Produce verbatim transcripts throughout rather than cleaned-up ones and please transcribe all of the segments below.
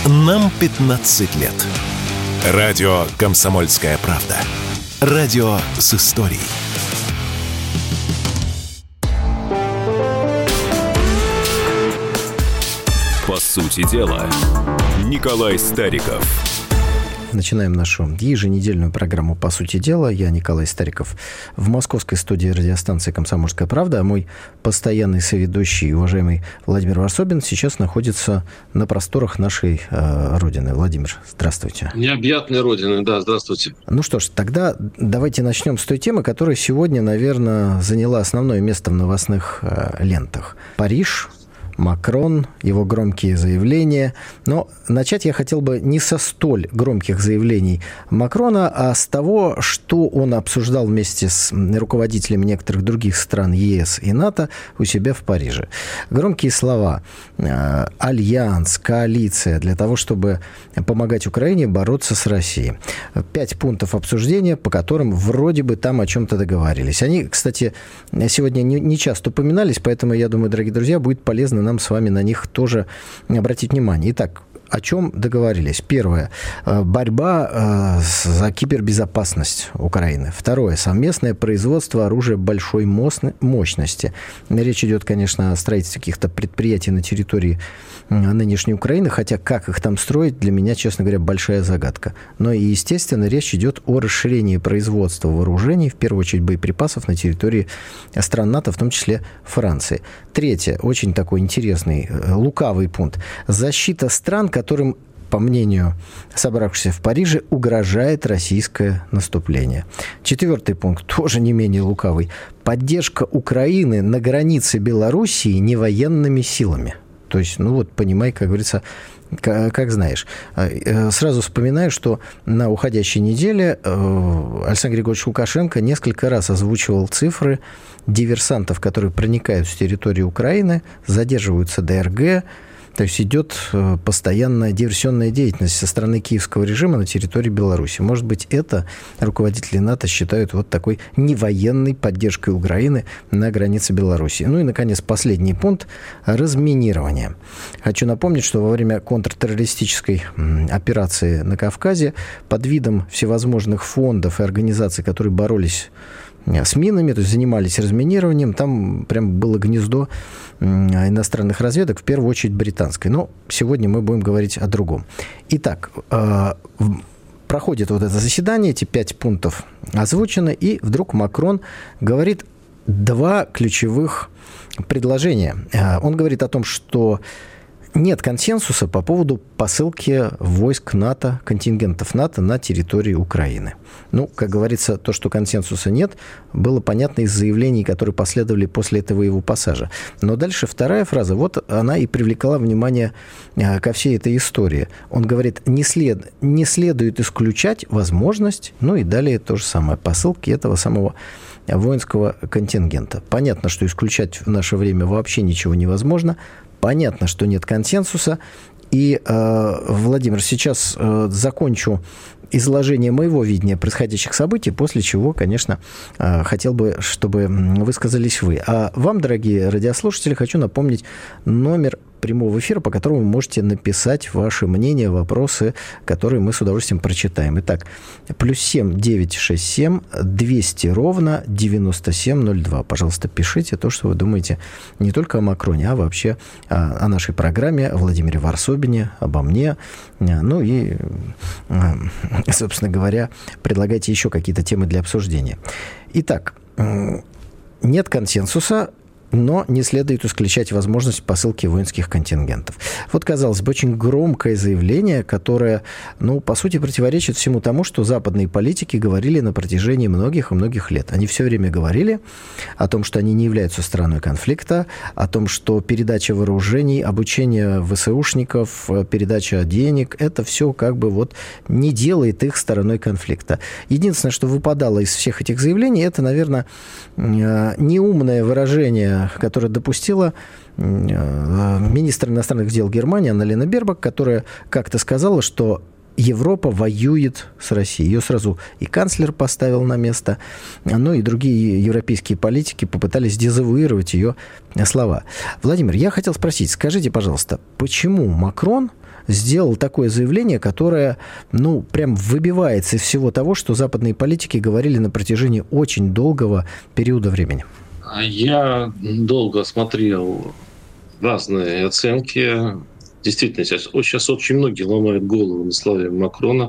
Нам пятнадцать лет. Радио «Комсомольская правда». Радио с историей. По сути дела, Николай Стариков. Начинаем нашу еженедельную программу «По сути дела». Я Николай Стариков в московской студии радиостанции «Комсомольская правда». А мой постоянный соведущий, уважаемый Владимир Варсобин, сейчас находится на просторах нашей э, Родины. Владимир, здравствуйте. Необъятной Родины, да, здравствуйте. Ну что ж, тогда давайте начнем с той темы, которая сегодня, наверное, заняла основное место в новостных э, лентах. Париж, Макрон, его громкие заявления. Но начать я хотел бы не со столь громких заявлений Макрона, а с того, что он обсуждал вместе с руководителями некоторых других стран ЕС и НАТО у себя в Париже. Громкие слова: альянс, коалиция для того, чтобы помогать Украине бороться с Россией. Пять пунктов обсуждения, по которым вроде бы там о чем-то договаривались. Они, кстати, сегодня не, не часто упоминались, поэтому, я думаю, дорогие друзья, будет полезно нам с вами на них тоже обратить внимание. Итак, о чем договорились? Первое. Борьба за кибербезопасность Украины. Второе. Совместное производство оружия большой мощности. Речь идет, конечно, о строительстве каких-то предприятий на территории нынешней Украины, хотя как их там строить, для меня, честно говоря, большая загадка. Но и, естественно, речь идет о расширении производства вооружений, в первую очередь боеприпасов, на территории стран НАТО, в том числе Франции. Третье. Очень такой интересный, лукавый пункт. Защита стран, которым, по мнению собравшихся в Париже, угрожает российское наступление. Четвертый пункт, тоже не менее лукавый. Поддержка Украины на границе Белоруссии невоенными силами. То есть, ну вот, понимай, как говорится, как, как знаешь. Сразу вспоминаю, что на уходящей неделе Александр Григорьевич Лукашенко несколько раз озвучивал цифры диверсантов, которые проникают с территории Украины, задерживаются ДРГ. То есть идет постоянная диверсионная деятельность со стороны киевского режима на территории Беларуси. Может быть, это руководители НАТО считают вот такой невоенной поддержкой Украины на границе Беларуси. Ну и, наконец, последний пункт – разминирование. Хочу напомнить, что во время контртеррористической операции на Кавказе под видом всевозможных фондов и организаций, которые боролись с минами, то есть занимались разминированием, там прям было гнездо иностранных разведок, в первую очередь британской. Но сегодня мы будем говорить о другом. Итак, проходит вот это заседание, эти пять пунктов озвучены, и вдруг Макрон говорит два ключевых предложения. Он говорит о том, что нет консенсуса по поводу посылки войск НАТО, контингентов НАТО на территорию Украины. Ну, как говорится, то, что консенсуса нет, было понятно из заявлений, которые последовали после этого его пассажа. Но дальше вторая фраза, вот она и привлекла внимание ко всей этой истории. Он говорит, не, след, не следует исключать возможность, ну и далее то же самое, посылки этого самого воинского контингента. Понятно, что исключать в наше время вообще ничего невозможно. Понятно, что нет консенсуса. И, э, Владимир, сейчас э, закончу изложение моего видения происходящих событий, после чего, конечно, э, хотел бы, чтобы высказались вы. А вам, дорогие радиослушатели, хочу напомнить номер прямого эфира, по которому вы можете написать ваше мнение, вопросы, которые мы с удовольствием прочитаем. Итак, плюс семь девятьсот шестьдесят семь двести ровно девяносто семь ноль два. Пожалуйста, пишите то, что вы думаете не только о Макроне, а вообще о, о нашей программе, о Владимире Варсобине, обо мне. Ну и, собственно говоря, предлагайте еще какие-то темы для обсуждения. Итак, нет консенсуса, но не следует исключать возможность посылки воинских контингентов. Вот, казалось бы, очень громкое заявление, которое, ну, по сути, противоречит всему тому, что западные политики говорили на протяжении многих и многих лет. Они все время говорили о том, что они не являются стороной конфликта, о том, что передача вооружений, обучение ВСУшников, передача денег, это все как бы вот не делает их стороной конфликта. Единственное, что выпадало из всех этих заявлений, это, наверное, неумное выражение, которое допустила министр иностранных дел Германии Анна-Лена Бербок, которая как-то сказала, что Европа воюет с Россией. Ее сразу и канцлер поставил на место, ну и другие европейские политики попытались дезавуировать ее слова. Владимир, я хотел спросить, скажите, пожалуйста, почему Макрон сделал такое заявление, которое, ну, прям выбивается из всего того, что западные политики говорили на протяжении очень долгого периода времени? Я долго смотрел разные оценки. Действительно, сейчас, сейчас очень многие ломают голову на слове Макрона.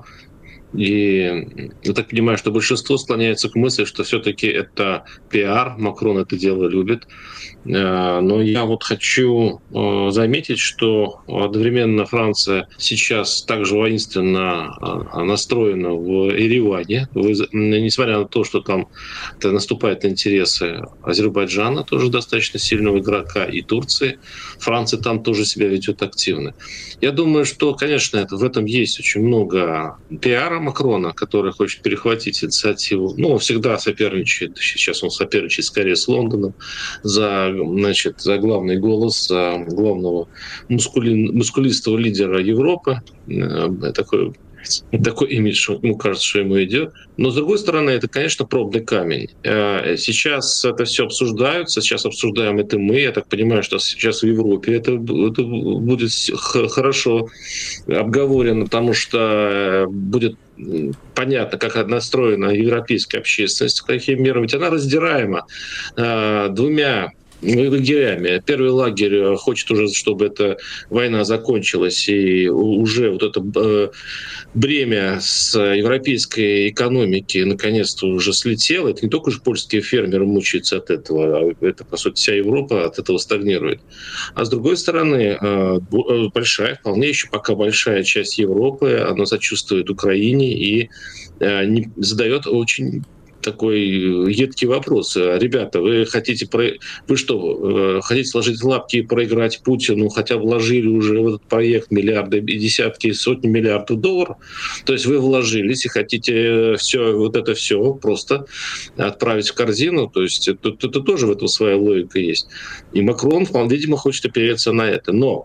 И я так понимаю, что большинство склоняется к мысли, что все-таки это пиар. Макрон это дело любит. Но я вот хочу заметить, что одновременно Франция сейчас также воинственно настроена в Ереване, несмотря на то, что там наступают на интересы Азербайджана, тоже достаточно сильного игрока, и Турции. Франция там тоже себя ведет активно. Я думаю, что, конечно, это, в этом есть очень много пиара Макрона, который хочет перехватить инициативу. Ну, он всегда соперничает, сейчас он соперничает скорее с Лондоном за, значит, за главный голос, за главного мускули... мускулистого лидера Европы. Такой, такой имидж, что ему кажется, что ему идет. Но, с другой стороны, это, конечно, пробный камень. Сейчас это все обсуждается, сейчас обсуждаем это мы. Я так понимаю, что сейчас в Европе это, это будет хорошо обговорено, потому что будет понятно, как настроена европейская общественность, каким миром. Ведь она раздираема э, двумя лагерями. Первый лагерь хочет уже, чтобы эта война закончилась, и уже вот это э, бремя с европейской экономики наконец-то уже слетело. Это не только же польские фермеры мучаются от этого, а это, по сути, вся Европа от этого стагнирует. А с другой стороны, э, большая, вполне еще пока большая часть Европы, она сочувствует Украине и э, не, задает очень такой едкий вопрос. Ребята, вы хотите, про... вы что, хотите сложить лапки и проиграть Путину, хотя вложили уже в этот проект миллиарды и десятки, и сотни миллиардов долларов? То есть вы вложились и хотите все, вот это все просто отправить в корзину? То есть это, это тоже в этом своя логика есть. И Макрон, он, видимо, хочет опереться на это. Но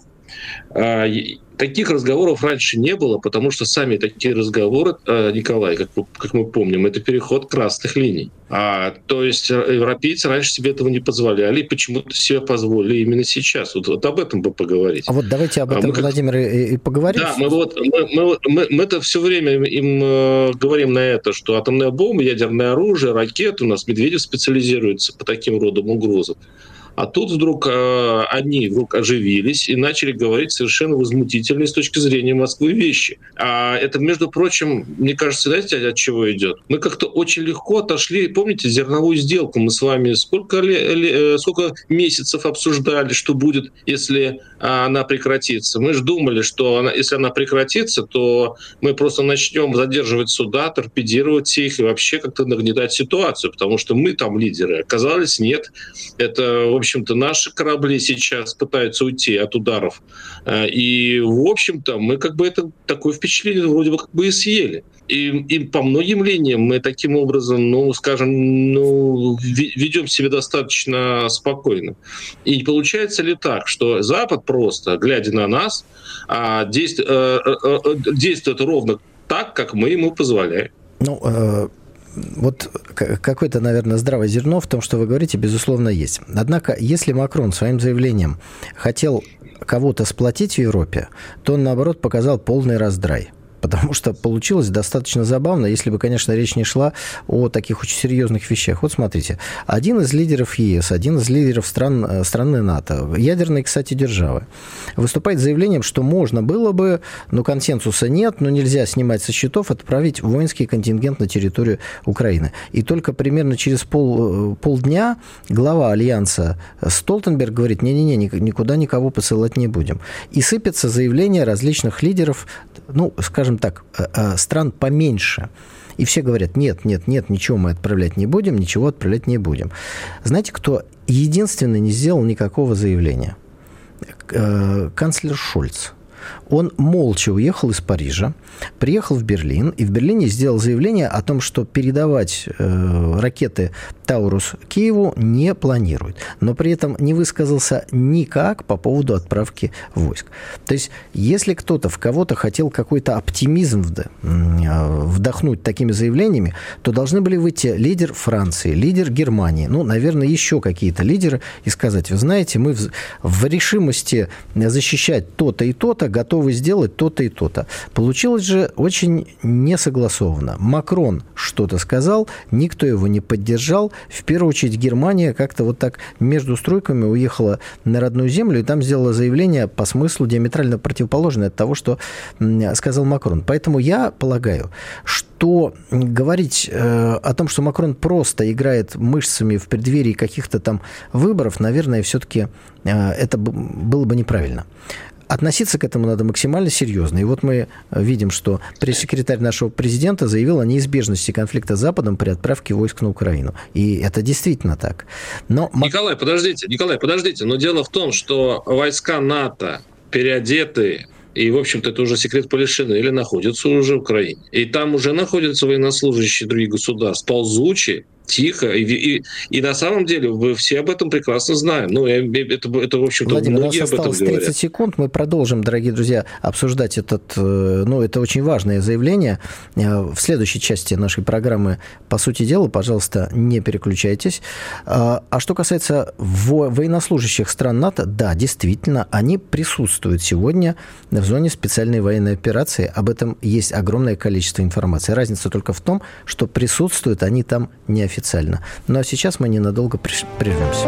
таких разговоров раньше не было, потому что сами такие разговоры, Николай, как, как мы помним, это переход красных линий. А, то есть европейцы раньше себе этого не позволяли, и почему-то себе позволили именно сейчас. Вот, вот об этом бы поговорить. А вот давайте об этом, а мы, Владимир, и, и поговорим. Да, мы вот мы, мы, мы, мы это все время им э, говорим на это, что атомная бомба, ядерное оружие, ракеты, у нас Медведев специализируется по таким родам угрозам. А тут вдруг э, они вдруг оживились и начали говорить совершенно возмутительные с точки зрения Москвы вещи. А это, между прочим, мне кажется, знаете, от чего идет? Мы как-то очень легко отошли, помните, зерновую сделку мы с вами сколько, ли, сколько месяцев обсуждали, что будет, если она прекратится. Мы же думали, что она, если она прекратится, то мы просто начнем задерживать суда, торпедировать их и вообще как-то нагнетать ситуацию, потому что мы там лидеры. Оказалось, нет. Это, в общем-то, наши корабли сейчас пытаются уйти от ударов. И, в общем-то, мы как бы это такое впечатление вроде бы как бы и съели. И, и по многим линиям мы таким образом, ну, скажем, ну, ведем себя достаточно спокойно. И не получается ли так, что Запад просто, глядя на нас, действует, действует ровно так, как мы ему позволяем? Ну, э- Вот какое-то, наверное, здравое зерно в том, что вы говорите, безусловно, есть. Однако, если Макрон своим заявлением хотел кого-то сплотить в Европе, то он, наоборот, показал полный раздрай. Потому что получилось достаточно забавно, если бы, конечно, речь не шла о таких очень серьезных вещах. Вот смотрите, один из лидеров ЕС, один из лидеров стран, страны НАТО, ядерной, кстати, державы, выступает с заявлением, что можно было бы, но консенсуса нет, но нельзя снимать со счетов, отправить воинский контингент на территорию Украины. И только примерно через пол, полдня глава Альянса Столтенберг говорит, не-не-не, никуда никого посылать не будем. И сыпятся заявления различных лидеров, ну, скажем так, стран поменьше. И все говорят, нет, нет, нет, ничего мы отправлять не будем, ничего отправлять не будем. Знаете, кто единственный не сделал никакого заявления? Канцлер Шольц. Он молча уехал из Парижа, приехал в Берлин, и в Берлине сделал заявление о том, что передавать э, ракеты «Таурус» Киеву не планирует. Но при этом не высказался никак по поводу отправки войск. То есть, если кто-то в кого-то хотел какой-то оптимизм вдохнуть такими заявлениями, то должны были выйти лидер Франции, лидер Германии, ну, наверное, еще какие-то лидеры, и сказать: вы знаете, мы в, в решимости защищать то-то и то-то готовы сделать то-то и то-то. Получилось же очень несогласованно. Макрон что-то сказал, никто его не поддержал. В первую очередь Германия как-то вот так между стройками уехала на родную землю и там сделала заявление по смыслу диаметрально противоположное от того, что сказал Макрон. Поэтому я полагаю, что говорить э, о том, что Макрон просто играет мышцами в преддверии каких-то там выборов, наверное, все-таки э, это б- было бы неправильно. Относиться к этому надо максимально серьезно. И вот мы видим, что пресс-секретарь нашего президента заявил о неизбежности конфликта с Западом при отправке войск на Украину. И это действительно так. Но... Николай, подождите, Николай, подождите. Но дело в том, что войска НАТО переодеты, и, в общем-то, это уже секрет Полишина, или находятся уже в Украине. И там уже находятся военнослужащие других государств, ползучие, тихо, и, и, и на самом деле мы все об этом прекрасно знаем. Ну, это, это в общем-то, Владимир, многие у нас об этом осталось говорят. тридцать секунд, мы продолжим, дорогие друзья, обсуждать этот, ну, это очень важное заявление. В следующей части нашей программы «По сути дела», пожалуйста, не переключайтесь. А что касается военнослужащих стран НАТО, да, действительно, они присутствуют сегодня в зоне специальной военной операции. Об этом есть огромное количество информации. Разница только в том, что присутствуют они там неофициально. Официально. Ну а сейчас мы ненадолго прервемся.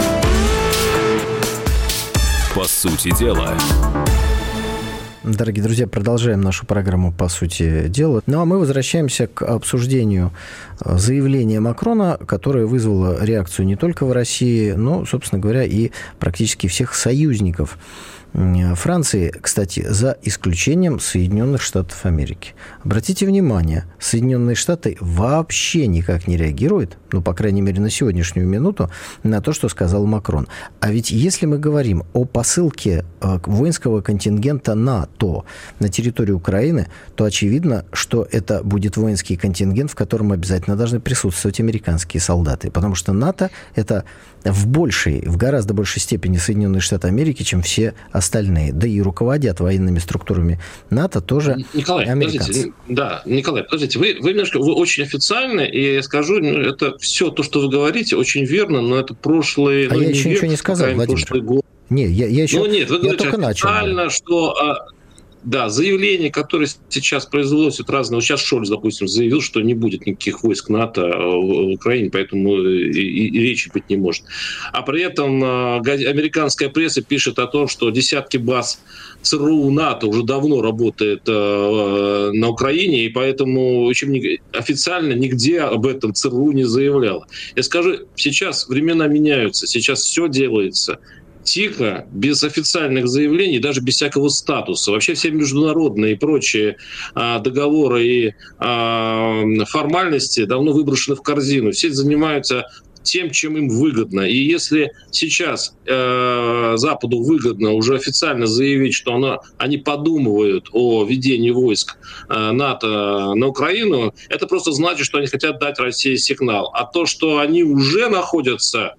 По сути дела. Дорогие друзья, продолжаем нашу программу «По сути дела». Ну а мы возвращаемся к обсуждению заявления Макрона, которое вызвало реакцию не только в России, но, собственно говоря, и практически всех союзников Франции, кстати, за исключением Соединенных Штатов Америки. Обратите внимание, Соединенные Штаты вообще никак не реагируют, ну, по крайней мере, на сегодняшнюю минуту, на то, что сказал Макрон. А ведь если мы говорим о посылке воинского контингента НАТО на территорию Украины, то очевидно, что это будет воинский контингент, в котором обязательно должны присутствовать американские солдаты, потому что НАТО – это в большей, в гораздо большей степени Соединенные Штаты Америки, чем все остальные. Да и руководят военными структурами НАТО тоже Николай, американцы. Подождите, да, Николай, подождите, вы, вы немножко, вы очень официально, и я скажу, ну, это все то, что вы говорите, очень верно, но это прошлые... А ну, я не еще век, ничего не сказал, Владимир. Год. Не, я, я еще... Ну нет, вы я говорите только официально, начал. что... Да, заявления, которые сейчас производят разные... Вот сейчас Шольц, допустим, заявил, что не будет никаких войск НАТО в Украине, поэтому и, и, и речи быть не может. А при этом американская пресса пишет о том, что десятки баз ЦРУ НАТО уже давно работает э, на Украине, и поэтому очень официально нигде об этом ЦРУ не заявляло. Я скажу, сейчас времена меняются, сейчас все делается тихо, без официальных заявлений, даже без всякого статуса. Вообще все международные и прочие а, договоры и а, формальности давно выброшены в корзину. Все занимаются тем, чем им выгодно. И если сейчас э, Западу выгодно уже официально заявить, что оно, они подумывают о введении войск э, НАТО на Украину, это просто значит, что они хотят дать России сигнал. А то, что они уже находятся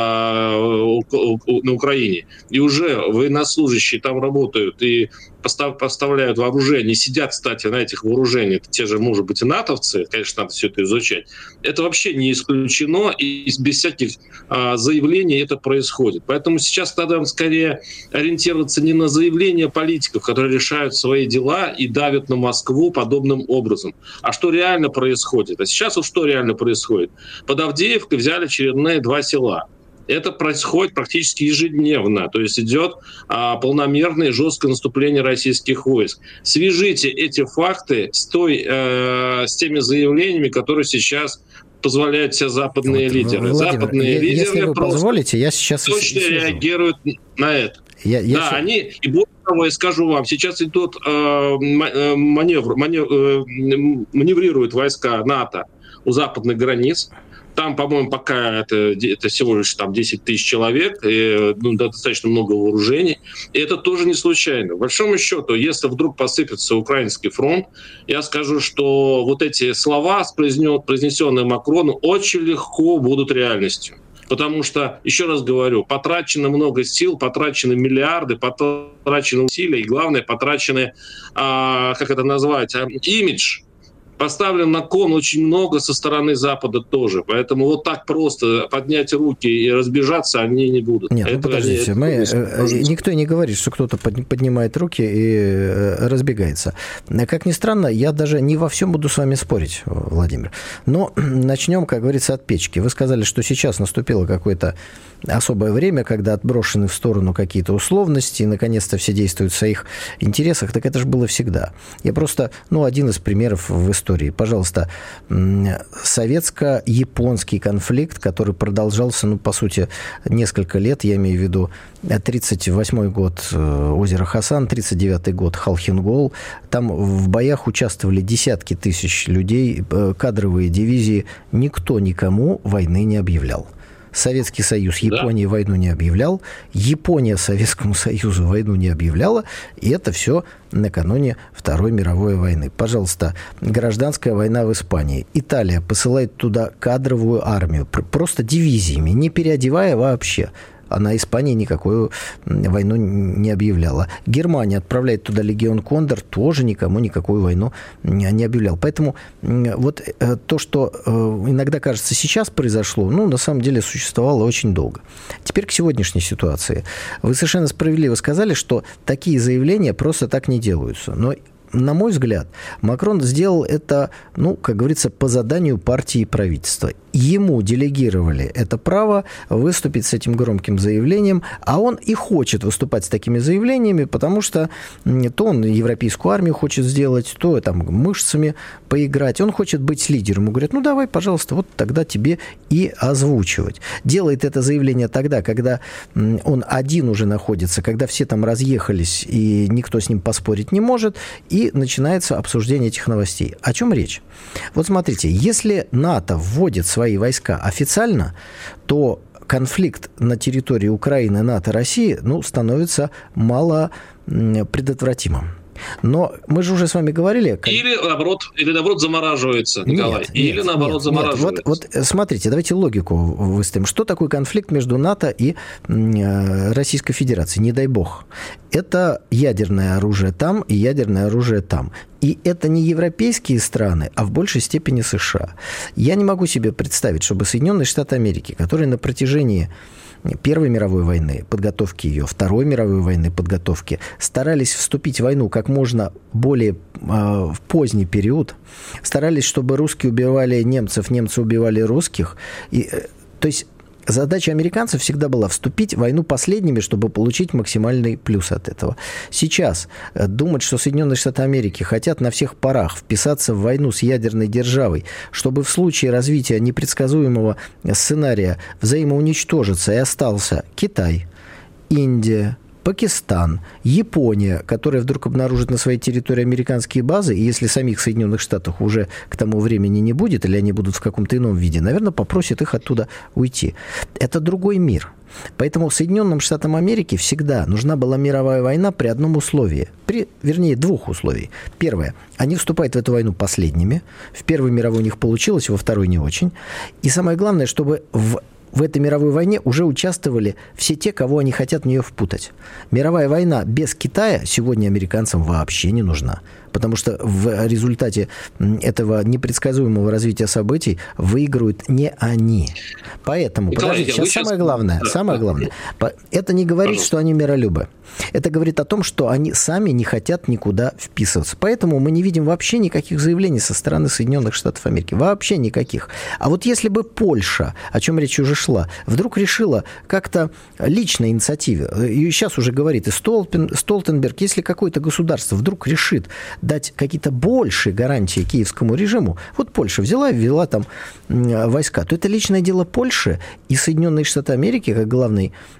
на Украине, и уже военнослужащие там работают и поставляют вооружение, сидят, кстати, на этих вооружениях, те же, может быть, и натовцы, конечно, надо все это изучать, это вообще не исключено, и без всяких а, заявлений это происходит. Поэтому сейчас надо скорее ориентироваться не на заявления политиков, которые решают свои дела и давят на Москву подобным образом, а что реально происходит. А сейчас вот что реально происходит. Под Авдеевкой взяли очередные два села. Это происходит практически ежедневно. То есть идет а, полномерное жесткое наступление российских войск. Свяжите эти факты с, той, э, с теми заявлениями, которые сейчас позволяют себе западные вот, лидеры. Владимир, западные я, лидеры если вы позволите, я сейчас точно реагируют на это. Я, я да, сейчас... они, и более того, я скажу вам, сейчас идут э, маневр, маневр, э, маневрируют войска НАТО у западных границ. Там, по-моему, пока это, это всего лишь там десять тысяч человек, и, ну, достаточно много вооружений. И это тоже не случайно. По большому счету, если вдруг посыпется украинский фронт, я скажу, что вот эти слова, произнесенные Макроном, очень легко будут реальностью. Потому что, еще раз говорю, потрачено много сил, потрачены миллиарды, потрачены усилия, и главное, потрачены, а, как это назвать, а, имидж. Поставлен на кон очень много со стороны Запада тоже. Поэтому вот так просто поднять руки и разбежаться они не будут. Нет, ну подождите, они, мы, никто не говорит, что кто-то поднимает руки и разбегается. Как ни странно, я даже не во всем буду с вами спорить, Владимир. Но начнем, как говорится, от печки. Вы сказали, что сейчас наступило какое-то особое время, когда отброшены в сторону какие-то условности, и наконец-то все действуют в своих интересах. Так это же было всегда. Я просто, ну, один из примеров в истории. Пожалуйста, советско-японский конфликт, который продолжался, ну, по сути, несколько лет, я имею в виду тридцать восьмой год озеро Хасан, тридцать девятый год Халхин-Гол. Там в боях участвовали десятки тысяч людей, кадровые дивизии. Никто никому войны не объявлял. Советский Союз Японии да. войну не объявлял, Япония Советскому Союзу войну не объявляла, и это все накануне Второй мировой войны. Пожалуйста, гражданская война в Испании. Италия посылает туда кадровую армию, просто дивизиями, не переодевая вообще. А на Испании никакую войну не объявляла. Германия отправляет туда легион Кондор, тоже никому никакую войну не объявлял. Поэтому вот то, что иногда кажется сейчас произошло, ну, на самом деле существовало очень долго. Теперь к сегодняшней ситуации. Вы совершенно справедливо сказали, что такие заявления просто так не делаются. Но на мой взгляд, Макрон сделал это, ну, как говорится, по заданию партии и правительства. Ему делегировали это право выступить с этим громким заявлением, а он и хочет выступать с такими заявлениями, потому что то он европейскую армию хочет сделать, то там мышцами поиграть. Он хочет быть лидером. Ему говорят, ну, давай, пожалуйста, вот тогда тебе и озвучивать. Делает это заявление тогда, когда он один уже находится, когда все там разъехались, и никто с ним поспорить не может, и начинается обсуждение этих новостей. О чем речь? Вот смотрите, если НАТО вводит свои войска официально, то конфликт на территории Украины, НАТО, России, ну, становится мало предотвратимым. Но мы же уже с вами говорили... Как... Или, наоборот, или, наоборот, замораживается, Николай. Нет, или, нет, наоборот, нет, замораживается. Нет. Вот, вот смотрите, давайте логику выставим. Что такое конфликт между НАТО и Российской Федерацией? Не дай бог. Это ядерное оружие там и ядерное оружие там. И это не европейские страны, а в большей степени США. Я не могу себе представить, чтобы Соединенные Штаты Америки, которые на протяжении Первой мировой войны, подготовки ее, Второй мировой войны, подготовки, старались вступить в войну как можно более э, в поздний период, старались, чтобы русские убивали немцев, немцы убивали русских. И, э, то есть задача американцев всегда была вступить в войну последними, чтобы получить максимальный плюс от этого. Сейчас думать, что Соединенные Штаты Америки хотят на всех парах вписаться в войну с ядерной державой, чтобы в случае развития непредсказуемого сценария взаимоуничтожиться и остался Китай, Индия, Пакистан, Япония, которая вдруг обнаружит на своей территории американские базы, и если самих Соединенных Штатов уже к тому времени не будет, или они будут в каком-то ином виде, наверное, попросят их оттуда уйти. Это другой мир. Поэтому Соединенным Штатам Америки всегда нужна была мировая война при одном условии. При, вернее, двух условий. Первое. Они вступают в эту войну последними. В Первой мировой у них получилось, во Второй не очень. И самое главное, чтобы в В этой мировой войне уже участвовали все те, кого они хотят в нее впутать. Мировая война без Китая сегодня американцам вообще не нужна. Потому что в результате этого непредсказуемого развития событий выиграют не они. Поэтому, Николай, подождите, сейчас самое главное, да, самое да. главное, это не говорит, Пожалуйста. что они миролюбы. Это говорит о том, что они сами не хотят никуда вписываться. Поэтому мы не видим вообще никаких заявлений со стороны Соединенных Штатов Америки. Вообще никаких. А вот если бы Польша, о чем речь уже шла, вдруг решила как-то личной инициативе, и сейчас уже говорит и Столпен, Столтенберг, если какое-то государство вдруг решит дать какие-то большие гарантии киевскому режиму, вот Польша взяла и ввела там войска, то это личное дело Польши, и Соединенные Штаты Америки, как главный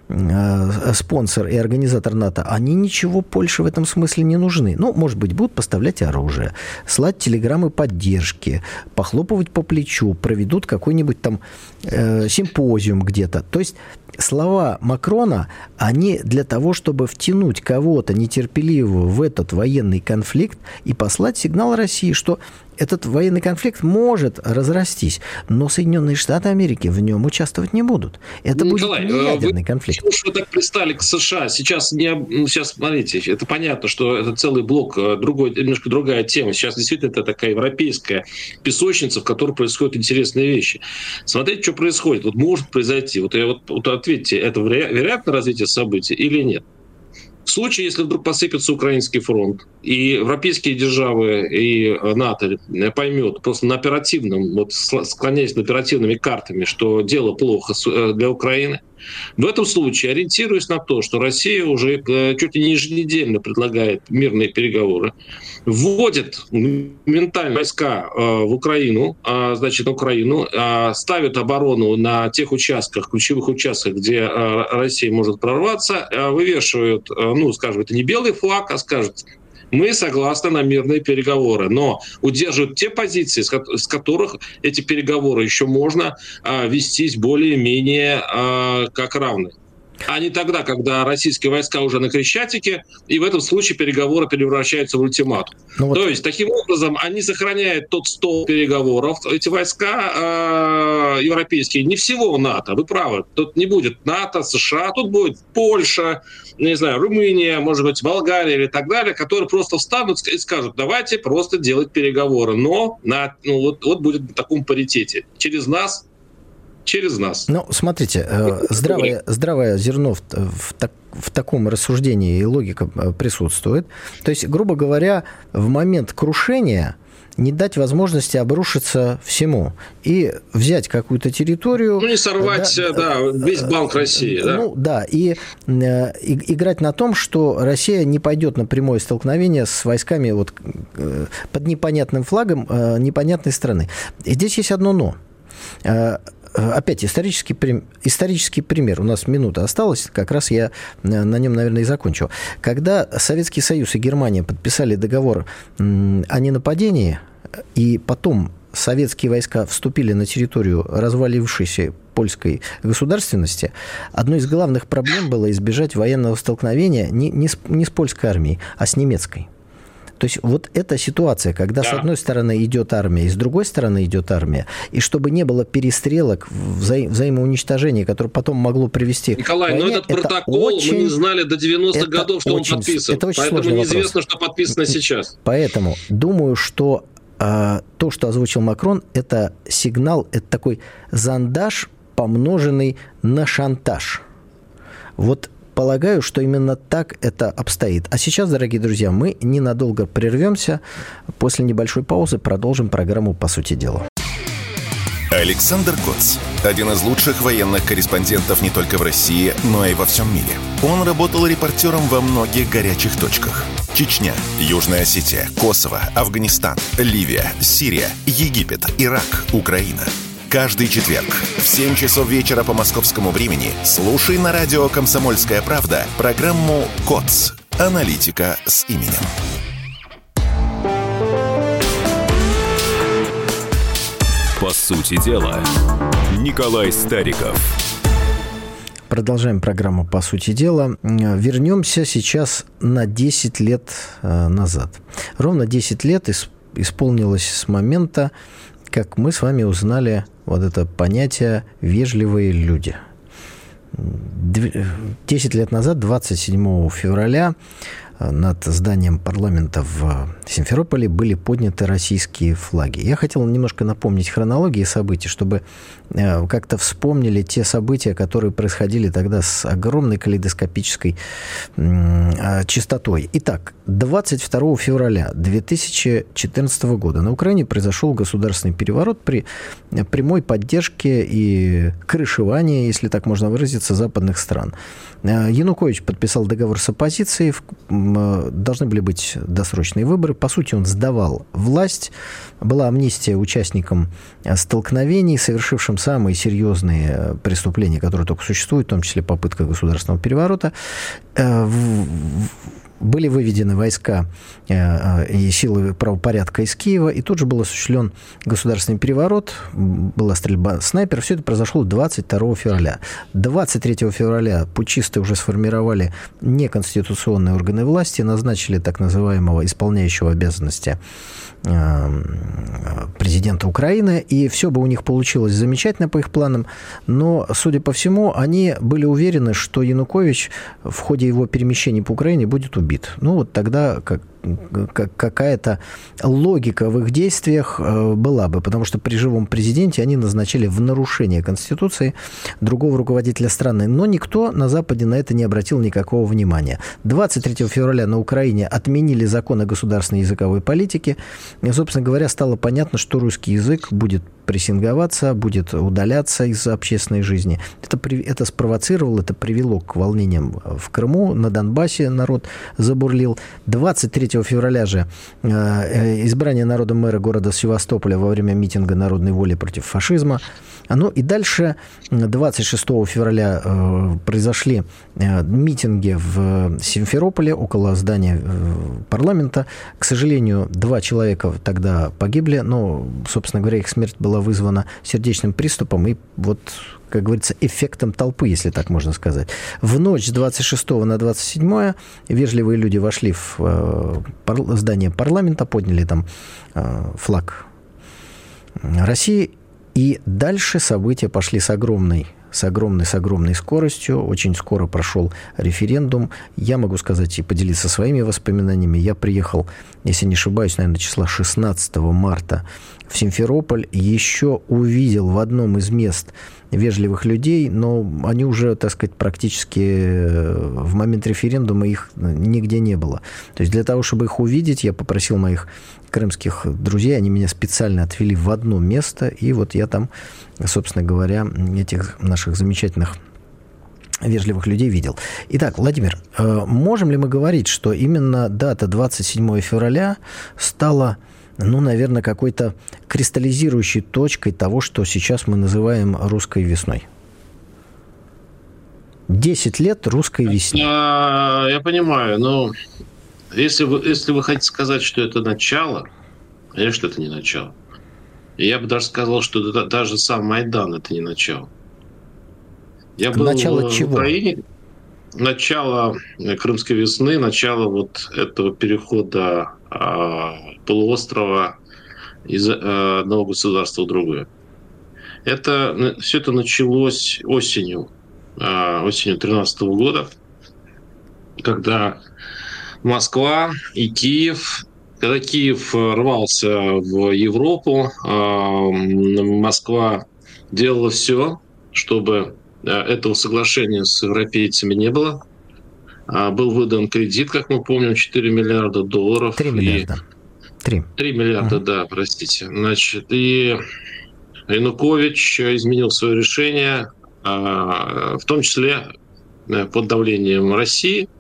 спонсор и организатор НАТО, они ничего Польше в этом смысле не нужны. Ну, может быть, будут поставлять оружие, слать телеграммы поддержки, похлопывать по плечу, проведут какой-нибудь там э, симпозиум где-то. То есть слова Макрона, они для того, чтобы втянуть кого-то нетерпеливого в этот военный конфликт и послать сигнал России, что этот военный конфликт может разрастись, но Соединенные Штаты Америки в нем участвовать не будут. Это Николай, будет не ядерный вы, конфликт. Почему же вы так пристали к США? Сейчас, не, сейчас, смотрите, это понятно, что это целый блок, другой, немножко другая тема. Сейчас действительно это такая европейская песочница, в которой происходят интересные вещи. Смотрите, что происходит. Вот может произойти. Вот, вот, вот ответьте, это вероятно развитие событий или нет? В случае, если вдруг посыпется украинский фронт, и европейские державы, и НАТО поймет просто на оперативном, вот склоняясь над оперативными картами, что дело плохо для Украины, в этом случае, ориентируясь на то, что Россия уже чуть ли не еженедельно предлагает мирные переговоры, вводит моментально войска в Украину, значит, на Украину, ставит оборону на тех участках, ключевых участках, где Россия может прорваться, вывешивают, ну, скажем, это не белый флаг, а скажут: мы согласны на мирные переговоры, но удерживают те позиции, с которых эти переговоры еще можно а, вестись более-менее а, как равны. А не тогда, когда российские войска уже на Крещатике, и в этом случае переговоры превращаются в ультиматум. Ну вот. То есть, таким образом, они сохраняют тот стол переговоров. Эти войска э, европейские, не всего НАТО, вы правы. Тут не будет НАТО, США, тут будет Польша, не знаю, Румыния, может быть, Болгария или так далее, которые просто встанут и скажут: давайте просто делать переговоры. Но на, ну, вот, вот будет в таком паритете. Через нас через нас. Ну, смотрите, здравое, здравое зерно в, в, так, в таком рассуждении и логика присутствует. То есть, грубо говоря, в момент крушения не дать возможности обрушиться всему и взять какую-то территорию. Ну, не сорвать, да, да, весь Банк России. Да? Ну, да, и, и играть на том, что Россия не пойдет на прямое столкновение с войсками вот, под непонятным флагом непонятной страны. И здесь есть одно «но». Опять исторический, исторический пример. У нас минута осталась, как раз я на нем, наверное, и закончу. Когда Советский Союз и Германия подписали договор о ненападении, и потом советские войска вступили на территорию развалившейся польской государственности, одной из главных проблем было избежать военного столкновения не, не, с, не с польской армией, а с немецкой. То есть вот эта ситуация, когда да. с одной стороны идет армия, и с другой стороны идет армия, и чтобы не было перестрелок, вза- взаимоуничтожения, которое потом могло привести... Николай, к войне, но этот протокол очень, мы не знали до девяностых годов, что очень, он подписан. Это очень Поэтому сложный неизвестно, вопрос. что подписано сейчас. Поэтому думаю, что а, то, что озвучил Макрон, это сигнал, это такой зондаж, помноженный на шантаж. Вот полагаю, что именно так это обстоит. А сейчас, дорогие друзья, мы ненадолго прервемся. После небольшой паузы продолжим программу «По сути дела». Александр Коц. Один из лучших военных корреспондентов не только в России, но и во всем мире. Он работал репортером во многих горячих точках. Чечня, Южная Осетия, Косово, Афганистан, Ливия, Сирия, Египет, Ирак, Украина. Каждый четверг в семь часов вечера по московскому времени слушай на радио «Комсомольская правда» программу «КОЦ. Аналитика с именем». По сути дела, Николай Стариков. Продолжаем программу «По сути дела». Вернемся сейчас на десять лет назад. Ровно десять лет исполнилось с момента, как мы с вами узнали вот это понятие «вежливые люди». Десять лет назад, двадцать седьмого февраля, над зданием парламента в Симферополе были подняты российские флаги. Я хотел немножко напомнить хронологии событий, чтобы как-то вспомнили те события, которые происходили тогда с огромной калейдоскопической частотой. Итак, двадцать второго февраля две тысячи четырнадцатого года на Украине произошел государственный переворот при прямой поддержке и крышевании, если так можно выразиться, западных стран. Янукович подписал договор с оппозицией, должны были быть досрочные выборы. По сути, он сдавал власть. Была амнистия участникам столкновений, совершившим самые серьезные преступления, которые только существуют, в том числе попытка государственного переворота. Были выведены войска и силы правопорядка из Киева, и тут же был осуществлен государственный переворот, была стрельба снайперов. Все это произошло двадцать второго февраля. двадцать третьего февраля путчисты уже сформировали неконституционные органы власти, назначили так называемого исполняющего обязанности президента Украины, и все бы у них получилось замечательно по их планам, но, судя по всему, они были уверены, что Янукович в ходе его перемещений по Украине будет убит. Ну, вот тогда как, как, какая-то логика в их действиях была бы, потому что при живом президенте они назначили в нарушение Конституции другого руководителя страны, но никто на Западе на это не обратил никакого внимания. двадцать третьего февраля на Украине отменили закон о государственной языковой политике, и, собственно говоря, стало понятно, что русский язык будет прессинговаться, будет удаляться из общественной жизни. Это, это спровоцировало, это привело к волнениям в Крыму, на Донбассе народ забурлил. двадцать третьего февраля же э, избрание народом мэра города Севастополя во время митинга народной воли против фашизма. Ну и дальше двадцать шестого февраля э, произошли э, митинги в Симферополе около здания э, парламента. К сожалению, два человека тогда погибли, но, собственно говоря, их смерть была вызвана сердечным приступом и вот, как говорится, эффектом толпы, если так можно сказать. В ночь с двадцать шестого на двадцать седьмое вежливые люди вошли в э, пар- здание парламента, подняли там э, флаг России. И дальше события пошли с огромной, с огромной, с огромной скоростью. Очень скоро прошел референдум. Я могу сказать и поделиться своими воспоминаниями. Я приехал, если не ошибаюсь, наверное, числа шестнадцатого марта в Симферополь. Еще увидел в одном из мест вежливых людей, но они уже, так сказать, практически в момент референдума их нигде не было. То есть для того, чтобы их увидеть, я попросил моих крымских друзей, они меня специально отвели в одно место, и вот я там, собственно говоря, этих наших замечательных вежливых людей видел. Итак, Владимир, можем ли мы говорить, что именно дата двадцать седьмого февраля стала, ну, наверное, какой-то кристаллизирующей точкой того, что сейчас мы называем русской весной? Десять лет русской весны. Я, я понимаю, но если вы, если вы хотите сказать, что это начало, конечно, это не начало. Я бы даже сказал, что это, даже сам Майдан – это не начало. Я был начало в чего? Украине. Начало Крымской весны, начало вот этого перехода э, полуострова из э, одного государства в другое. Это, все это началось осенью, э, осенью две тысячи тринадцатого года, когда Москва и Киев, когда Киев рвался в Европу, э, Москва делала все, чтобы этого соглашения с европейцами не было. Был выдан кредит, как мы помним, четыре миллиарда долларов. три миллиарда. три. три миллиарда, uh-huh. да, простите. Значит, и Янукович изменил свое решение, в том числе под давлением России.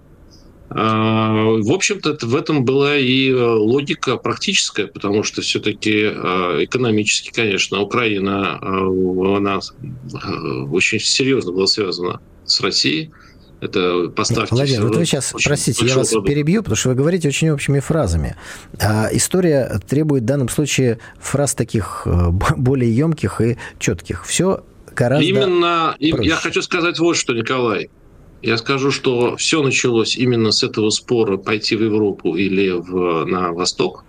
В общем-то, в этом была и логика практическая, потому что все-таки экономически, конечно, Украина, она очень серьезно была связана с Россией. Это поставки... Владимир, вот вы сейчас, простите, я вас продукта. перебью, потому что вы говорите очень общими фразами. А история требует в данном случае фраз таких более емких и четких. Все гораздо Именно, проще. Я хочу сказать вот что, Николай. Я скажу, что все началось именно с этого спора пойти в Европу или в, на Восток.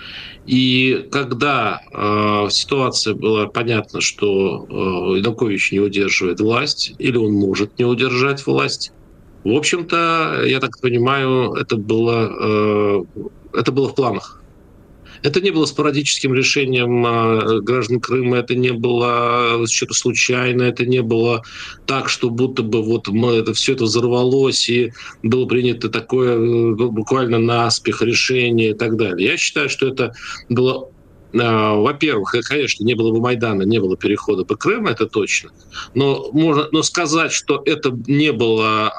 И когда э, ситуация была понятна, что э, Янукович не удерживает власть, или он может не удержать власть, в общем-то, я так понимаю, это было, э, это было в планах. Это не было спорадическим решением граждан Крыма, это не было что-то случайно, это не было так, что будто бы вот мы, это, все это взорвалось, и было принято такое буквально наспех решение и так далее. Я считаю, что это было во-первых, конечно, не было бы Майдана, не было перехода бы Крыма, это точно. Но, можно, но сказать, что это не было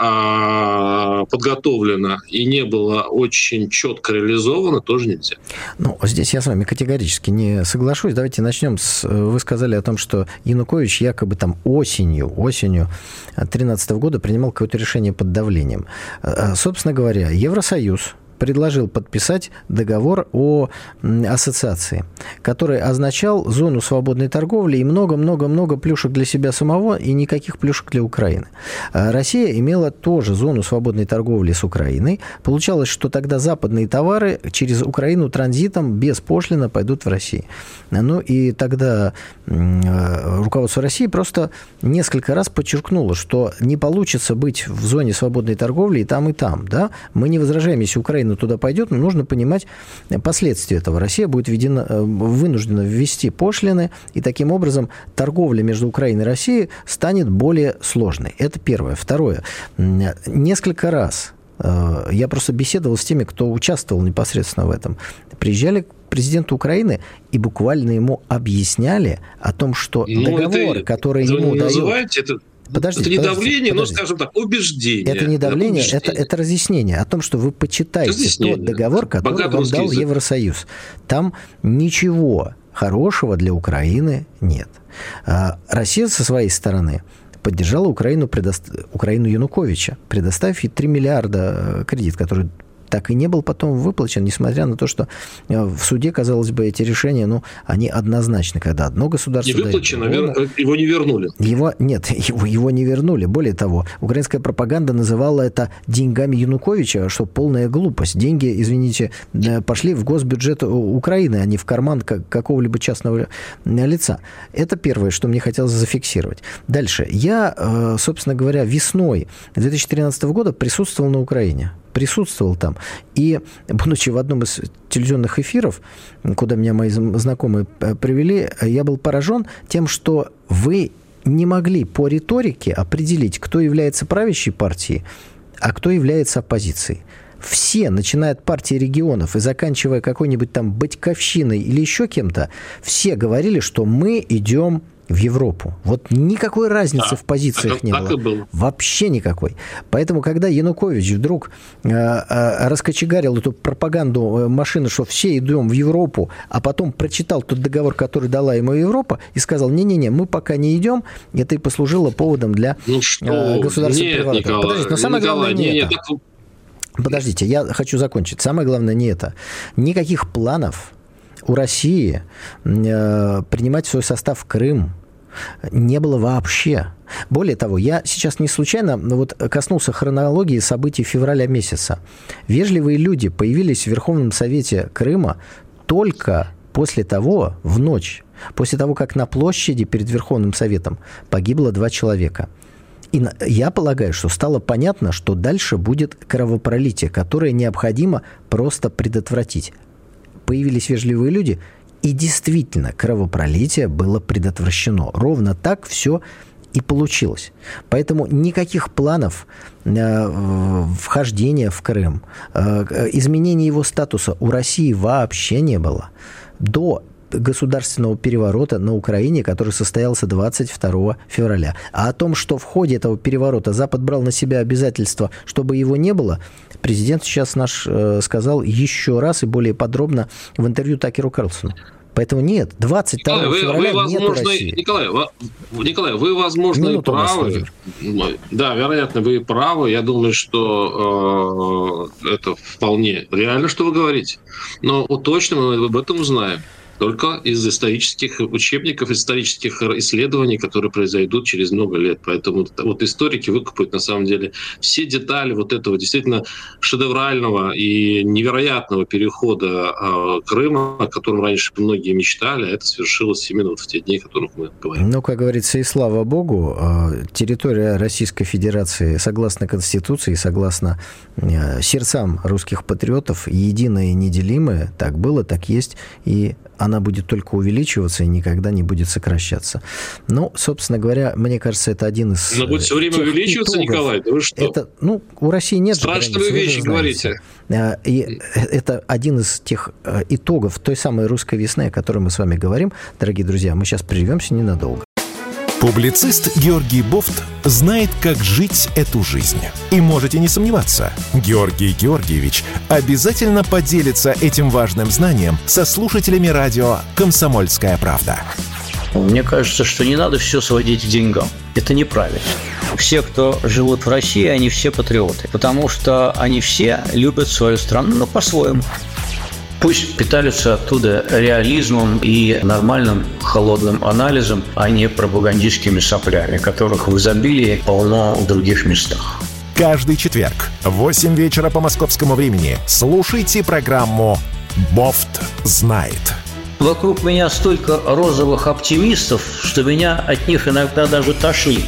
а, подготовлено и не было очень четко реализовано, тоже нельзя. Ну, здесь я с вами категорически не соглашусь. Давайте начнем с... Вы сказали о том, что Янукович якобы там осенью, осенью две тысячи тринадцатого года принимал какое-то решение под давлением. Собственно говоря, Евросоюз предложил подписать договор о ассоциации, который означал зону свободной торговли и много-много-много плюшек для себя самого и никаких плюшек для Украины. Россия имела тоже зону свободной торговли с Украиной. Получалось, что тогда западные товары через Украину транзитом беспошлино пойдут в Россию. Ну и тогда руководство России просто несколько раз подчеркнуло, что не получится быть в зоне свободной торговли и там, и там. Да? Мы не возражаем, если Украина туда пойдет, но нужно понимать последствия этого. Россия будет введена, вынуждена ввести пошлины, и таким образом торговля между Украиной и Россией станет более сложной. Это первое. Второе. Несколько раз я просто беседовал с теми, кто участвовал непосредственно в этом. Приезжали к президенту Украины и буквально ему объясняли о том, что ну, договор, это, который это ему дает... Это... Подождите, это не подождите, давление, подождите. но, скажем так, убеждение. Это не давление, это, это, это разъяснение о том, что вы почитаете тот договор, который Богат вам дал язык. Евросоюз. Там ничего хорошего для Украины нет. Россия со своей стороны поддержала Украину, предост... Украину Януковича, предоставив ей три миллиарда кредит, который так и не был потом выплачен, несмотря на то, что в суде, казалось бы, эти решения, ну, они однозначны, когда одно государство... Не выплачено, дает, его не вернули. Его, нет, его, его не вернули. Более того, украинская пропаганда называла это деньгами Януковича, что полная глупость. Деньги, извините, пошли в госбюджет Украины, а не в карман какого-либо частного лица. Это первое, что мне хотелось зафиксировать. Дальше. Я, собственно говоря, весной две тысячи тринадцатого года присутствовал на Украине. Присутствовал там. И, будучи в одном из телевизионных эфиров, куда меня мои знакомые привели, я был поражен тем, что вы не могли по риторике определить, кто является правящей партией, а кто является оппозицией. Все, начиная от партии регионов и заканчивая какой-нибудь там Батьковщиной или еще кем-то, все говорили, что мы идем в Европу. Вот никакой разницы да, в позициях так, не так было. было. Вообще никакой. Поэтому, когда Янукович вдруг э, э, раскочегарил эту пропаганду э, машины, что все идем в Европу, а потом прочитал тот договор, который дала ему Европа, и сказал, не-не-не, мы пока не идем, это и послужило поводом для ну что? э, государственного нет, переворота. Николай, Подождите, но самое Николай, главное не, не это. Так... Подождите, я хочу закончить. Самое главное не это. Никаких планов у России э, принимать в свой состав Крым не было вообще. Более того, я сейчас не случайно вот коснулся хронологии событий февраля месяца. Вежливые люди появились в Верховном Совете Крыма только после того, в ночь, после того, как на площади перед Верховным Советом погибло два человека. И я полагаю, что стало понятно, что дальше будет кровопролитие, которое необходимо просто предотвратить. Появились вежливые люди, и действительно кровопролитие было предотвращено. Ровно так все и получилось. Поэтому никаких планов э, вхождения в Крым, э, изменения его статуса у России вообще не было. До государственного переворота на Украине, который состоялся двадцать второго февраля. А о том, что в ходе этого переворота Запад брал на себя обязательства, чтобы его не было, президент сейчас наш э, сказал еще раз и более подробно в интервью Такеру Карлсону. Поэтому нет, двадцать второго февраля вы, нет России. Николай, вы, Николай, вы, возможно, и правы. Да, вероятно, вы правы. Я думаю, что э, это вполне реально, что вы говорите. Но вот точно мы об этом узнаем только из исторических учебников, исторических исследований, которые произойдут через много лет. Поэтому вот историки выкопают, на самом деле, все детали вот этого действительно шедеврального и невероятного перехода э, Крыма, о котором раньше многие мечтали, а это свершилось именно вот в те дни, о которых мы говорим. Ну, как говорится, и слава богу, территория Российской Федерации, согласно Конституции, согласно сердцам русских патриотов, единая и неделимая, так было, так есть и она будет только увеличиваться и никогда не будет сокращаться. Ну, собственно говоря, мне кажется, это один из... Но будет все время увеличиваться, итогов. Николай, да вы что? Это, ну, у России нет страшные вещи говорите. И это один из тех итогов той самой русской весны, о которой мы с вами говорим. Дорогие друзья, мы сейчас прервемся ненадолго. Публицист Георгий Бофт знает, как жить эту жизнь. И можете не сомневаться, Георгий Георгиевич обязательно поделится этим важным знанием со слушателями радио «Комсомольская правда». Мне кажется, что не надо все сводить к деньгам. Это неправильно. Все, кто живут в России, они все патриоты, потому что они все любят свою страну, но по-своему. Пусть питаются оттуда реализмом и нормальным холодным анализом, а не пропагандистскими соплями, которых в изобилии полно в других местах. Каждый четверг в восемь вечера по московскому времени слушайте программу «Бофт знает». Вокруг меня столько розовых оптимистов, что меня от них иногда даже тошнит.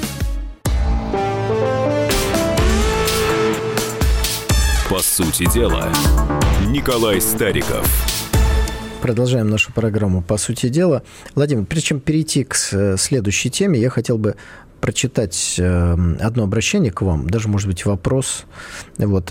По сути дела, Николай Стариков. Продолжаем нашу программу «По сути дела». Владимир, прежде чем перейти к следующей теме, я хотел бы прочитать одно обращение к вам, даже, может быть, вопрос. Вот.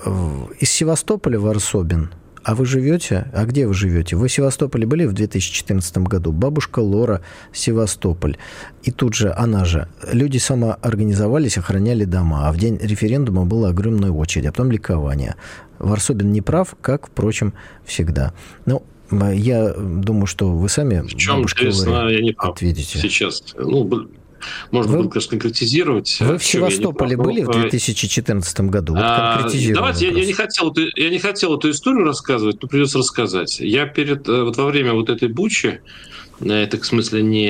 Из Севастополя Варсобин. А вы живете? А где вы живете? Вы в Севастополе были в две тысячи четырнадцатом году? Бабушка Лора, Севастополь. И тут же, она же, люди самоорганизовались, охраняли дома. А в день референдума была огромная очередь, а потом ликование. Варсобин не прав, как, впрочем, всегда. Ну, я думаю, что вы сами, в чем, бабушка Лора, я не прав ответите. Сейчас. Ну, можно вы, было, конечно, конкретизировать. Вы в Севастополе были в две тысячи четырнадцатом году? Вот конкретизируем. Давайте, я, я, не хотел, я не хотел эту историю рассказывать, но придется рассказать. Я перед, вот во время вот этой бучи, это, в смысле, не,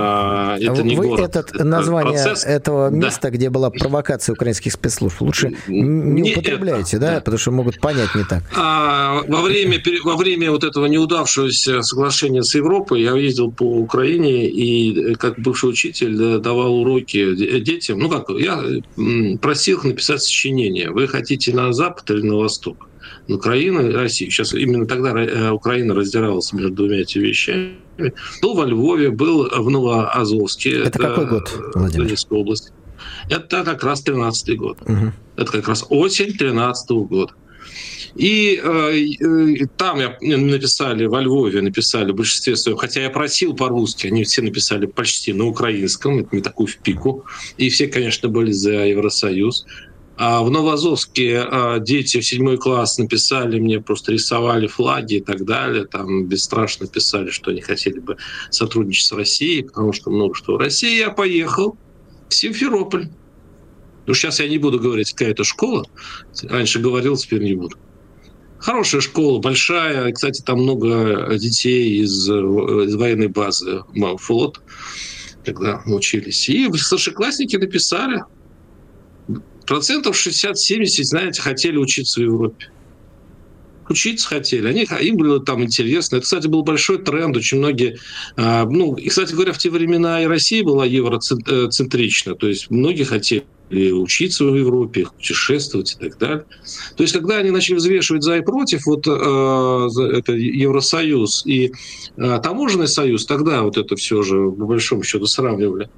это не Вы город. Это название процесс. этого места, да. где была провокация украинских спецслужб, лучше не, не употребляйте, это, да? да, потому что могут понять не так. А, во, время, во время вот этого неудавшегося соглашения с Европой я ездил по Украине и, как бывший учитель, давал уроки детям. Ну как, я просил их написать сочинение. Вы хотите на Запад или на Восток? На Украину и Россию. Сейчас именно тогда Украина раздиралась между двумя этими вещами. Был во Львове, был в Новоазовске. Это, это какой год, Владимир? Донецкая область. Это как раз тринадцатый год. Угу. Это как раз осень тринадцатого года. И э, там я, написали, во Львове написали в большинстве своем, хотя я просил по-русски, они все написали почти на украинском, это не такую в пику. И все, конечно, были за Евросоюз. А в Новоазовске дети в седьмой класс написали мне, просто рисовали флаги и так далее. Там бесстрашно писали, что они хотели бы сотрудничать с Россией, потому что много что в России. Я поехал в Симферополь. Ну, сейчас я не буду говорить, какая это школа. Раньше говорил, теперь не буду. Хорошая школа, большая. Кстати, там много детей из, из военной базы флот, когда мы учились. И старшеклассники написали. Процентов шестьдесят-семьдесят, знаете, хотели учиться в Европе. Учиться хотели. Они, им было там интересно. Это, кстати, был большой тренд. Очень многие... Ну, и, кстати говоря, в те времена и Россия была евроцентрична. То есть многие хотели учиться в Европе, путешествовать и так далее. То есть когда они начали взвешивать за и против, вот это Евросоюз и таможенный союз, тогда вот это все же, по большому счету, сравнивали.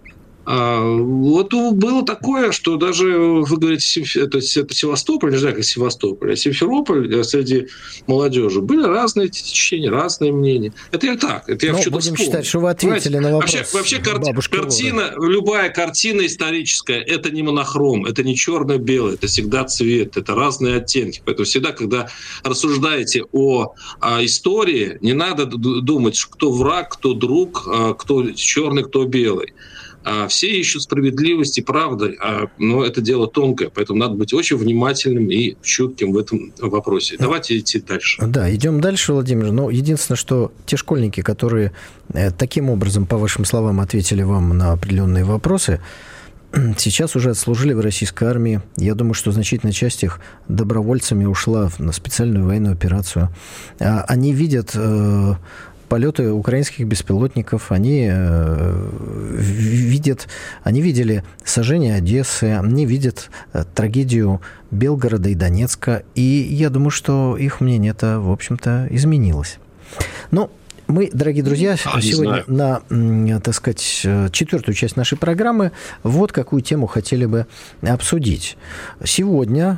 Вот было такое, что даже, вы говорите, это, это Севастополь, не знаю, как Севастополь, а Симферополь среди молодежи были разные течения, разные мнения. Это я так, это я ну, что-то будем вспомнил. считать, что вы ответили Понимаете? на вопрос. Вообще, вообще карти- картина, Лора. любая картина историческая, это не монохром, это не черно-белое, это всегда цвет, это разные оттенки. Поэтому всегда, когда рассуждаете о, о истории, не надо думать, кто враг, кто друг, кто черный, кто белый. Все ищут справедливость и правды, но это дело тонкое, поэтому надо быть очень внимательным и чутким в этом вопросе. Давайте идти дальше. Да, идем дальше, Владимир. Но единственное, что те школьники, которые таким образом, по вашим словам, ответили вам на определенные вопросы, сейчас уже отслужили в российской армии. Я думаю, что значительная часть их добровольцами ушла на специальную военную операцию. Они видят... полеты украинских беспилотников, они э, видят, они видели сожжение Одессы, они видят э, трагедию Белгорода и Донецка, и я думаю, что их мнение-то, в общем-то, изменилось. Ну, Мы, дорогие друзья, а, сегодня на, так сказать, четвертую часть нашей программы вот какую тему хотели бы обсудить. Сегодня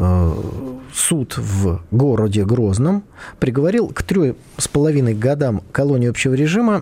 суд в городе Грозном приговорил к трем с половиной годам колонии общего режима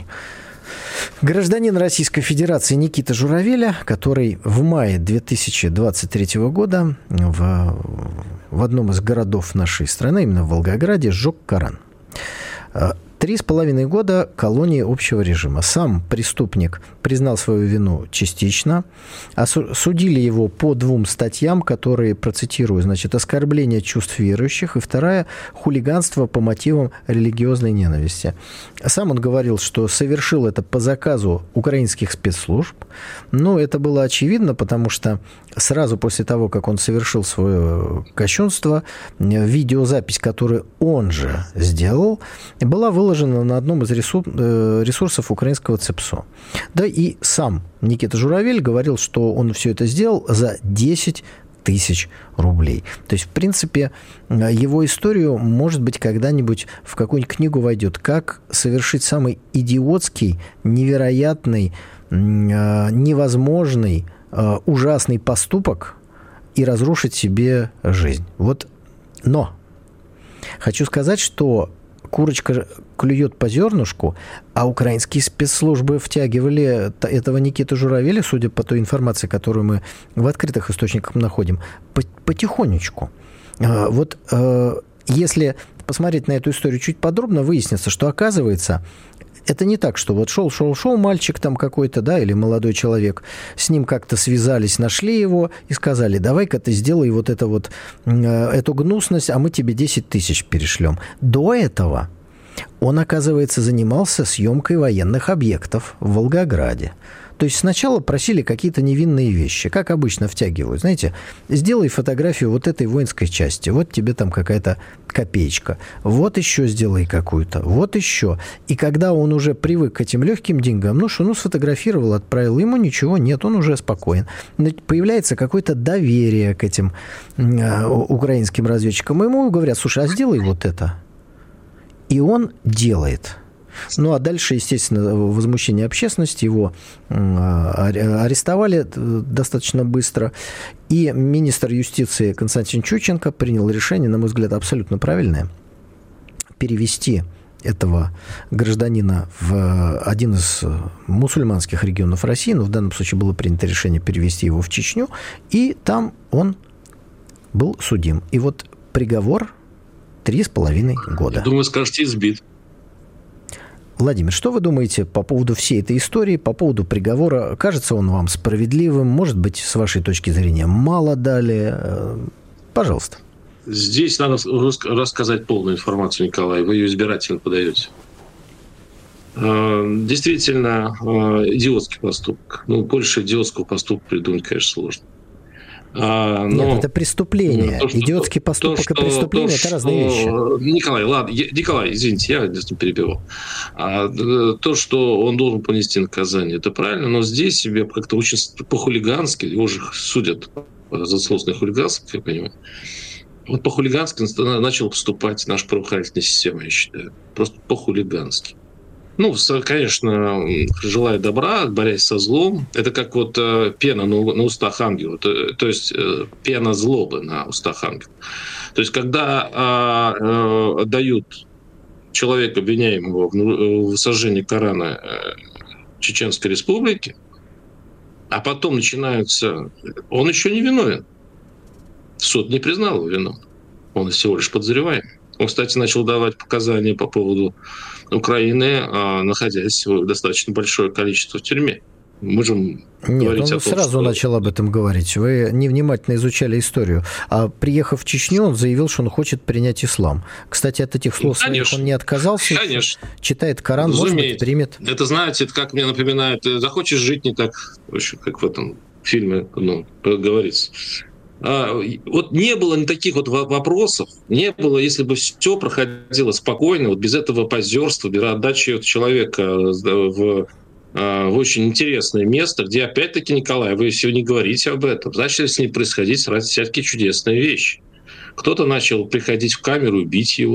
гражданина Российской Федерации Никиты Журавеля, который в мае две тысячи двадцать третьего года в, в одном из городов нашей страны, именно в Волгограде, сжег Коран. Три с половиной года колонии общего режима. Сам преступник признал свою вину частично. Судили его по двум статьям, которые, процитирую, значит, оскорбление чувств верующих, и вторая – хулиганство по мотивам религиозной ненависти. Сам он говорил, что совершил это по заказу украинских спецслужб. Но это было очевидно, потому что сразу после того, как он совершил свое кощунство, видеозапись, которую он же сделал, была выложена на одном из ресурсов украинского ЦЕПСО. Да и сам Никита Журавель говорил, что он все это сделал за десять тысяч рублей. То есть, в принципе, его историю, может быть, когда-нибудь в какую-нибудь книгу войдет. Как совершить самый идиотский, невероятный, невозможный, ужасный поступок и разрушить себе жизнь. Вот. Но хочу сказать, что курочка клюет по зернышку, а украинские спецслужбы втягивали этого Никиту Журавеля, судя по той информации, которую мы в открытых источниках находим, потихонечку. Вот если посмотреть на эту историю чуть подробно, выяснится, что, оказывается, это не так, что вот шел, шел, шел мальчик там какой-то, да, или молодой человек, с ним как-то связались, нашли его и сказали: давай-ка ты сделай вот это вот, эту гнусность, а мы тебе десять тысяч перешлем. До этого он, оказывается, занимался съемкой военных объектов в Волгограде. То есть сначала просили какие-то невинные вещи, как обычно втягивают. Знаете, сделай фотографию вот этой воинской части, вот тебе там какая-то копеечка, вот еще сделай какую-то, вот еще. И когда он уже привык к этим легким деньгам, ну что, ну сфотографировал, отправил, ему ничего нет, он уже спокоен. Появляется какое-то доверие к этим э, украинским разведчикам. Ему говорят: слушай, а сделай вот это. И он делает. Ну, а дальше, естественно, возмущение общественности, его арестовали достаточно быстро, и министр юстиции Константин Чученко принял решение, на мой взгляд, абсолютно правильное, перевести этого гражданина в один из мусульманских регионов России, но в данном случае было принято решение перевести его в Чечню, и там он был судим. И вот приговор три с половиной года. Я думаю, скажете, избит. Владимир, что вы думаете по поводу всей этой истории, по поводу приговора? Кажется он вам справедливым? Может быть, с вашей точки зрения, мало дали? Пожалуйста. Здесь надо рассказать полную информацию, Николай. Вы ее избирательно подаете. Действительно, идиотский поступок. Ну, больше идиотского поступка придумать, конечно, сложно. А, но, Нет, это преступление. То, что, Идиотский поступок то, что, и преступление – это разные что, вещи. Николай, ладно, Николай, извините, я не перебивал. А, то, что он должен понести наказание, это правильно, но здесь себе как-то очень по-хулигански, его же судят за злостное хулиганство, я понимаю. Вот по-хулигански начал поступать наша правоохранительная система, я считаю. Просто по-хулигански. Ну, конечно, желая добра, борясь со злом. Это как вот э, пена на, на устах ангела. То, то есть э, пена злобы на устах ангела. То есть когда э, э, дают человека, обвиняемого в, в сожжении Корана э, Чеченской Республики, а потом начинаются... Он еще не виновен. Суд не признал его вину. Он всего лишь подозреваемый. Он, кстати, начал давать показания по поводу Украины, находясь достаточно большое количество в тюрьме. Можем Нет, говорить он о том, сразу что... начал об этом говорить. Вы невнимательно изучали историю. А приехав в Чечню, он заявил, что он хочет принять ислам. Кстати, от этих слов своих он не отказался. Конечно. Читает Коран, может быть, примет. Это, знаете, это как мне напоминает, захочешь жить не так, в общем, как в этом фильме, ну, говорится. А, вот не было ни таких вот вопросов, не было, если бы все проходило спокойно, вот без этого позерства, без отдачи человека в, в очень интересное место, где, опять-таки, Николай, вы сегодня говорите об этом, начали с ним происходить всякие чудесные вещи. Кто-то начал приходить в камеру и бить его.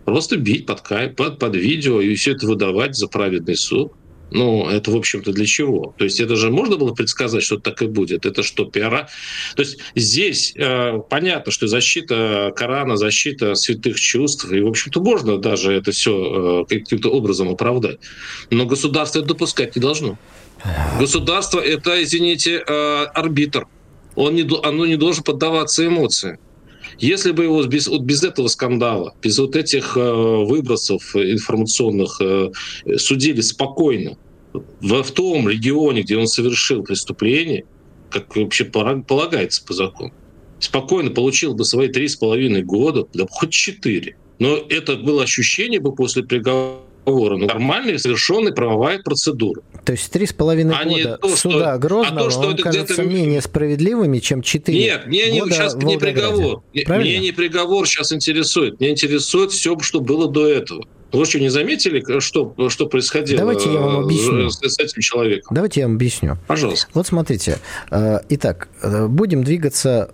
Просто бить под, под, под видео и все это выдавать за праведный суд. Ну, это, в общем-то, для чего? То есть это же можно было предсказать, что так и будет? Это что, пиара? То есть здесь э, понятно, что защита Корана, защита святых чувств, и, в общем-то, можно даже это все э, каким-то образом оправдать. Но государство это допускать не должно. Государство – это, извините, э, арбитр. Он не, оно не должен поддаваться эмоциям. Если бы его без, вот без этого скандала, без вот этих э, выбросов информационных э, судили спокойно в, в том регионе, где он совершил преступление, как вообще полагается по закону, спокойно получил бы свои три с половиной года, да хоть четыре. Но это было ощущение бы после приговора, ну, нормальная, совершенная правовая процедура. То есть три с половиной а года то, суда что, Грозного, а то, что вам кажется менее справедливыми, чем четыре Нет, мне не, сейчас не приговор. Правильно? Мне не приговор сейчас интересует. Меня интересует все, что было до этого. Вы что, не заметили, что, что происходило Давайте я вам объясню. С, с этим человеком? Давайте я вам объясню. Пожалуйста. Вот смотрите. Итак, будем двигаться,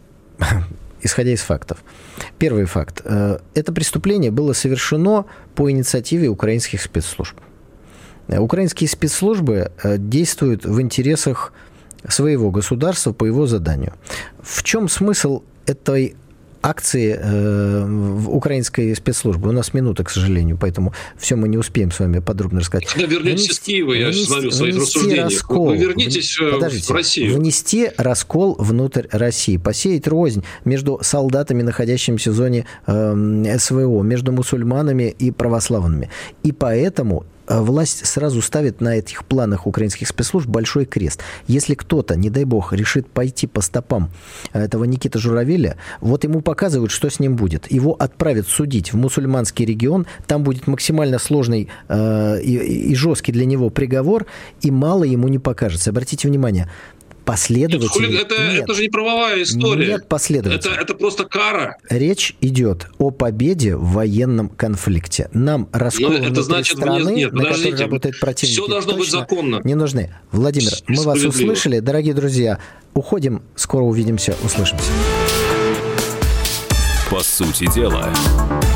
исходя из фактов. Первый факт. Это преступление было совершено по инициативе украинских спецслужб. Украинские спецслужбы действуют в интересах своего государства по его заданию. В чем смысл этой акции э, в украинской спецслужбы? У нас минута, к сожалению, поэтому все мы не успеем с вами подробно рассказать. Когда вернетесь из Киева, я же смотрю в своих рассуждениях. Раскол, вы вернитесь в, подождите, в Россию. Внести раскол внутрь России, посеять рознь между солдатами, находящимися в зоне э, СВО, между мусульманами и православными. И поэтому власть сразу ставит на этих планах украинских спецслужб большой крест. Если кто-то, не дай бог, решит пойти по стопам этого Никиты Журавеля, вот ему показывают, что с ним будет. Его отправят судить в мусульманский регион, там будет максимально сложный э, и, и жесткий для него приговор, и мало ему не покажется. Обратите внимание, последовательно... Нет, это, нет, это же не правовая история. Нет последовательно. Это, это просто кара. Речь идет о победе в военном конфликте. Нам раскол внутри значит, страны, нет, на которой работает противник, все должно быть законно. Не нужны. Владимир, мы вас услышали. Дорогие друзья, уходим. Скоро увидимся, услышимся. По сути дела.